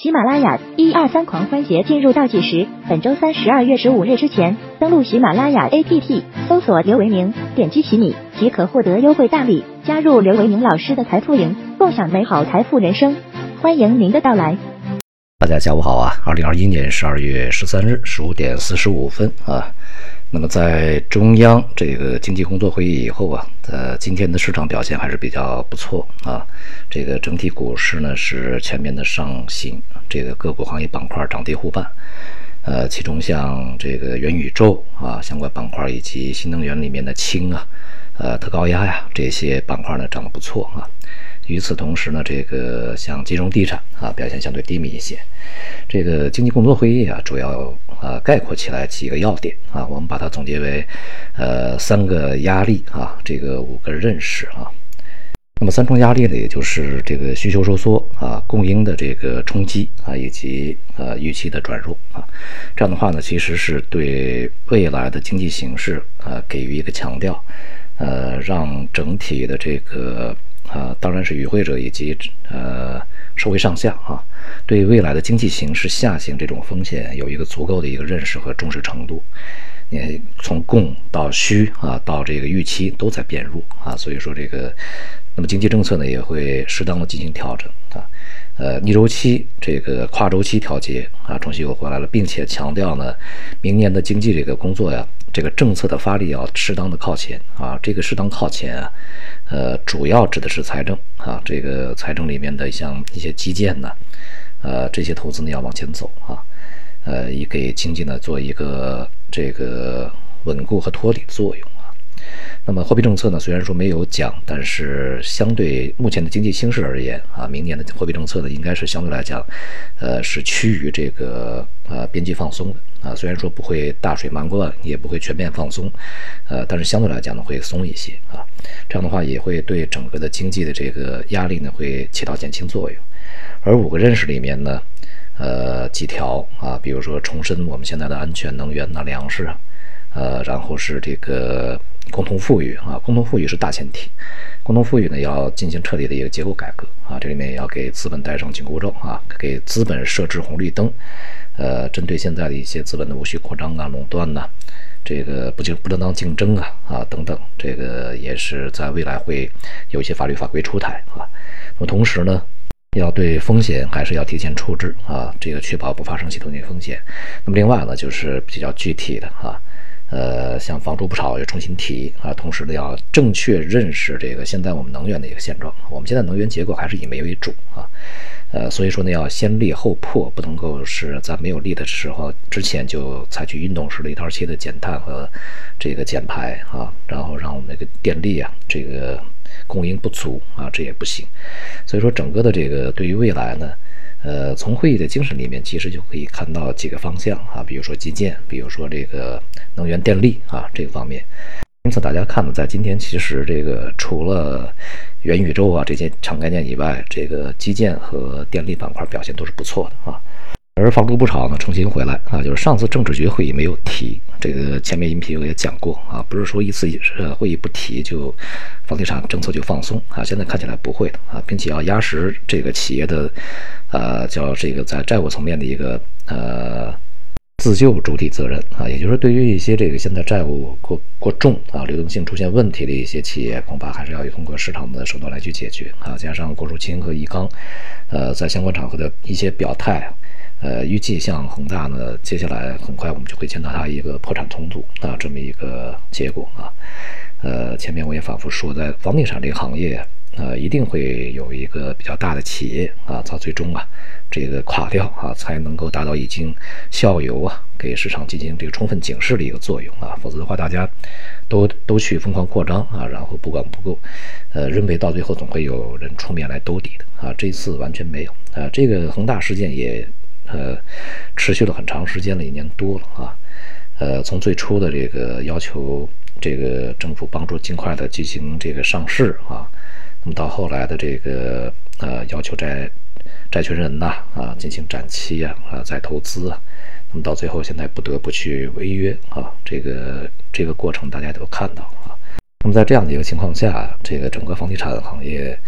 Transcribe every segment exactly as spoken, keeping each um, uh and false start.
喜马拉雅一二三狂欢节进入倒计时，本周三十二月十五日之前登录喜马拉雅 A P P， 搜索刘维明，点击喜米即可获得优惠大礼，加入刘维明老师的财富营，共享美好财富人生。欢迎您的到来。 大家下午好啊！二零二一年十二月十三日十五点四十五分啊。那么在中央这个经济工作会议以后啊，呃，今天的市场表现还是比较不错啊。这个整体股市呢是全面的上行，这个个股行业板块涨跌互半。呃，其中像这个元宇宙啊相关板块以及新能源里面的氢啊、呃特高压呀这些板块呢涨得不错啊。与此同时呢，这个像金融地产啊表现相对低迷一些。这个经济工作会议啊，主要啊概括起来几个要点啊，我们把它总结为呃三个压力啊，这个五个认识啊。那么三重压力呢，也就是这个需求收缩啊、供应的这个冲击啊，以及呃预期的转弱啊。这样的话呢，其实是对未来的经济形势啊给予一个强调，呃，让整体的这个。啊，当然是与会者以及呃社会上下啊，对未来的经济形势下行这种风险有一个足够的一个认识和重视程度。你从供到需啊，到这个预期都在变弱啊，所以说这个，那么经济政策呢也会适当的进行调整啊，呃逆周期这个跨周期调节啊，重新又回来了，并且强调呢，明年的经济这个工作呀。这个政策的发力要适当的靠前啊，这个适当靠前啊，呃，主要指的是财政啊，这个财政里面的像一些基建呢，呃，这些投资呢要往前走啊，呃，以给经济呢做一个这个稳固和托底作用啊。那么货币政策呢，虽然说没有讲，但是相对目前的经济形势而言啊，明年的货币政策呢，应该是相对来讲，呃，是趋于这个呃边际放松的。啊，虽然说不会大水漫灌，也不会全面放松，呃，但是相对来讲呢，会松一些啊。这样的话，也会对整个的经济的这个压力呢，会起到减轻作用。而五个认识里面呢，呃，几条啊，比如说重申我们现在的安全能源呐、粮食啊，呃，然后是这个共同富裕啊，共同富裕是大前提。共同富裕呢，要进行彻底的一个结构改革啊，这里面也要给资本戴上紧箍咒啊，给资本设置红绿灯。呃，针对现在的一些资本的无序扩张啊、垄断呐、啊，这个不就不正当竞争啊啊等等，这个也是在未来会有一些法律法规出台啊。那么同时呢，要对风险还是要提前处置啊，这个确保不发生系统性风险。那么另外呢，就是比较具体的啊，呃，像房住不炒也重新提啊，同时呢要正确认识这个现在我们能源的一个现状。我们现在能源结构还是以煤为主啊。呃，所以说呢，要先立后破，不能够是在没有立的时候之前就采取运动式的一刀切的减碳和这个减排啊，然后让我们这个电力啊这个供应不足啊，这也不行。所以说，整个的这个对于未来呢，呃，从会议的精神里面，其实就可以看到几个方向啊，比如说基建，比如说这个能源电力啊这个方面。因此，大家看呢，在今天其实这个除了元宇宙啊这些长概念以外，这个基建和电力板块表现都是不错的啊。而房住不炒呢，重新回来啊，就是上次政治局会议没有提，这个前面音频我也讲过啊，不是说一次会议不提就房地产政策就放松啊，现在看起来不会的啊，并且要压实这个企业的呃叫这个在债务层面的一个呃。自救主体责任啊，也就是对于一些这个现在债务过过重啊，流动性出现问题的一些企业，恐怕还是要通过市场的手段来去解决啊。加上郭树清和易纲，呃，在相关场合的一些表态，呃，预计像恒大呢，接下来很快我们就会见到它一个破产重组啊这么一个结果啊。呃，前面我也反复说，在房地产这个行业。呃，一定会有一个比较大的企业啊，到最终啊，这个垮掉啊，才能够达到已经效尤啊，给市场进行这个充分警示的一个作用啊，否则的话，大家都都去疯狂扩张啊，然后不管不顾，呃，认为到最后总会有人出面来兜底的啊，这一次完全没有啊，这个恒大事件也呃持续了很长时间了，一年多了啊，呃，从最初的这个要求这个政府帮助尽快的进行这个上市啊。那么到后来的这个呃要求债债权人呐啊进行展期啊啊再投资啊，那么到最后现在不得不去违约啊，这个这个过程大家都看到啊。那么在这样的一个情况下，这个整个房地产行业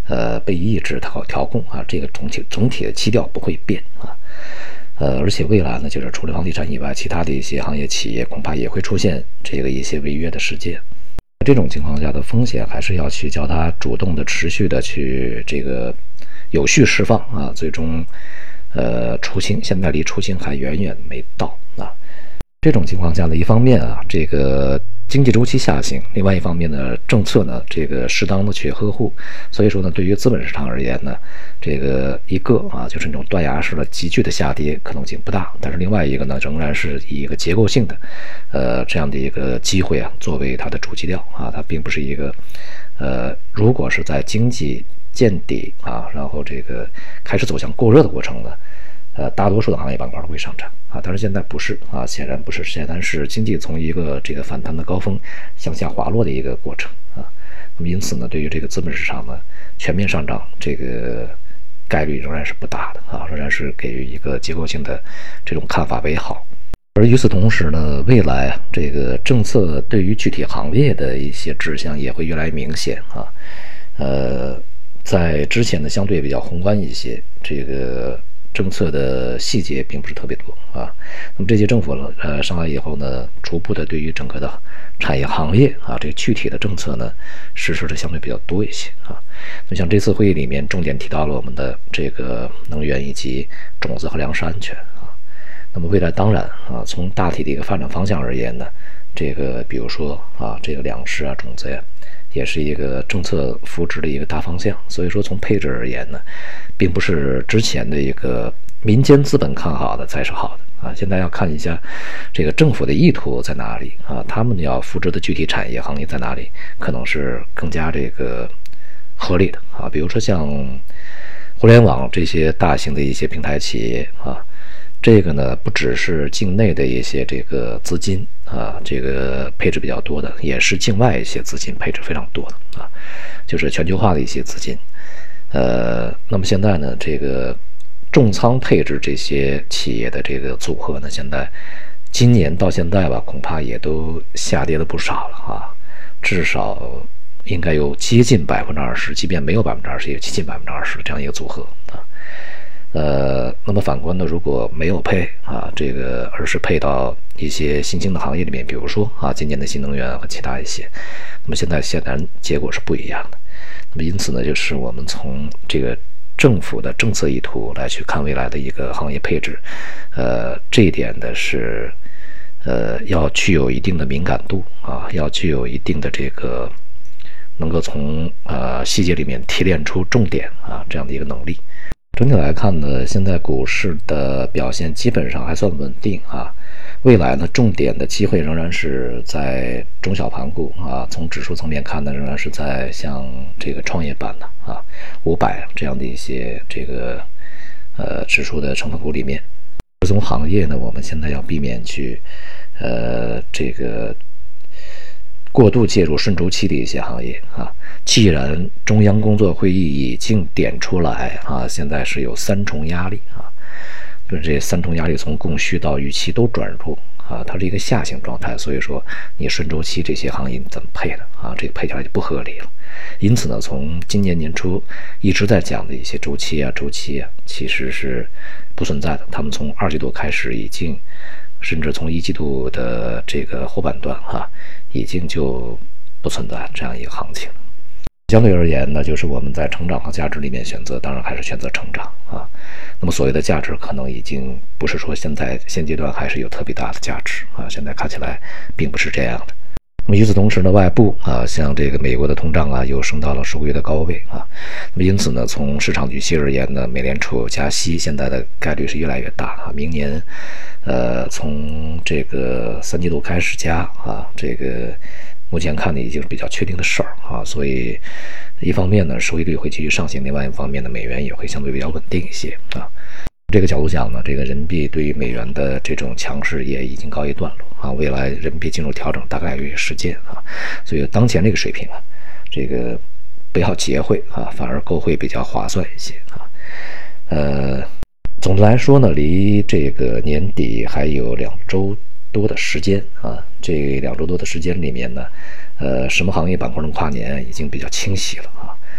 呃被抑制调调控啊，这个总体总体的基调不会变啊。呃，而且未来呢，就是除了房地产以外，其他的一些行业企业恐怕也会出现这个一些违约的事件。这种情况下的风险，还是要去叫它主动的、持续的去这个有序释放啊，最终呃出清，现在离出清还远远没到啊。这种情况下呢，一方面啊，这个经济周期下行，另外一方面呢，政策呢这个适当的去呵护，所以说呢，对于资本市场而言呢，这个一个啊就是那种断崖式的急剧的下跌可能性不大，但是另外一个呢，仍然是以一个结构性的呃这样的一个机会啊作为它的主基调啊，它并不是一个呃如果是在经济见底啊，然后这个开始走向过热的过程呢，呃大多数的行业板块都会上涨啊，但是现在不是啊，显然不是，显然是经济从一个这个反弹的高峰向下滑落的一个过程啊。那么因此呢，对于这个资本市场呢全面上涨，这个概率仍然是不大的啊，仍然是给予一个结构性的这种看法为好。而与此同时呢，未来啊这个政策对于具体行业的一些指向也会越来越明显啊。呃，在之前呢相对比较宏观一些，这个政策的细节并不是特别多啊。那么这届政府呢，呃上来以后呢，逐步的对于整个的产业行业啊，这个具体的政策呢，实施的相对比较多一些啊。那像这次会议里面，重点提到了我们的这个能源以及种子和粮食安全啊。那么未来当然啊，从大体的一个发展方向而言呢，这个比如说啊，这个粮食啊、种子呀，也是一个政策扶持的一个大方向。所以说从配置而言呢，并不是之前的一个民间资本看好的才是好的啊，现在要看一下这个政府的意图在哪里啊，他们要扶持的具体产业行业在哪里，可能是更加这个合理的啊。比如说像互联网这些大型的一些平台企业啊，这个呢不只是境内的一些这个资金啊，这个配置比较多的，也是境外一些资金配置非常多的啊，就是全球化的一些资金。呃，那么现在呢，这个重仓配置这些企业的这个组合呢，现在今年到现在吧，恐怕也都下跌了不少了啊，至少应该有接近百分之二十，即便没有百分之二十，也接近百分之二十这样一个组合啊。呃，那么反观呢，如果没有配啊，这个而是配到一些新兴的行业里面，比如说啊，今年的新能源和其他一些，那么现在显然结果是不一样的。那么因此呢，就是我们从这个政府的政策意图来去看未来的一个行业配置，呃，这一点呢是呃要具有一定的敏感度啊，要具有一定的这个能够从呃细节里面提炼出重点啊这样的一个能力。整体来看呢，现在股市的表现基本上还算稳定啊。未来呢，重点的机会仍然是在中小盘股啊。从指数层面看呢，仍然是在像这个创业板的啊、五百这样的一些这个呃指数的成分股里面。而从行业呢，我们现在要避免去呃这个过度介入顺周期的一些行业啊。既然中央工作会议已经点出来啊，现在是有三重压力啊，就是这三重压力从供需到预期都转弱啊，它是一个下行状态，所以说你顺周期这些行业你怎么配的啊？这个配起来就不合理了。因此呢，从今年年初一直在讲的一些周期啊、周期啊，其实是不存在的。他们从二季度开始已经，甚至从一季度的这个后半段哈、啊，已经就不存在这样一个行情。相对而言呢，就是我们在成长和价值里面选择，当然还是选择成长啊。那么所谓的价值，可能已经不是说现在现阶段还是有特别大的价值啊，现在看起来并不是这样的。那么与此同时呢，外部啊，像这个美国的通胀啊，又升到了数个月的高位啊。那么因此呢，从市场预期而言呢，美联储加息现在的概率是越来越大啊。明年，呃，从这个三季度开始加啊，这个。目前看呢，已经是比较确定的事儿啊，所以一方面呢，收益率会继续上行；另外一方面呢，美元也会相对比较稳定一些啊。这个角度讲呢，这个人民币对于美元的这种强势也已经告一段落啊。未来人民币进入调整大概率时间啊，所以当前这个水平啊，这个不要结汇啊，反而购汇比较划算一些啊。呃，总的来说呢，离这个年底还有两周。多的时间啊，这两周多的时间里面呢，呃，什么行业板块能跨年已经比较清晰了啊。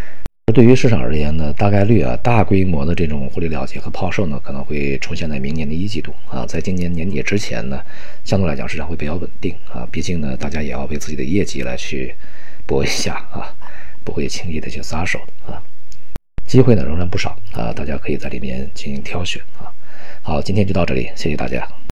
而对于市场而言呢，大概率啊，大规模的这种获利了结和抛售呢，可能会出现在明年的一季度啊，在今年年底之前呢，相对来讲市场会比较稳定啊，毕竟呢，大家也要为自己的业绩来去搏一下啊，不会轻易的去撒手啊，机会呢仍然不少啊，大家可以在里面进行挑选啊。好，今天就到这里，谢谢大家。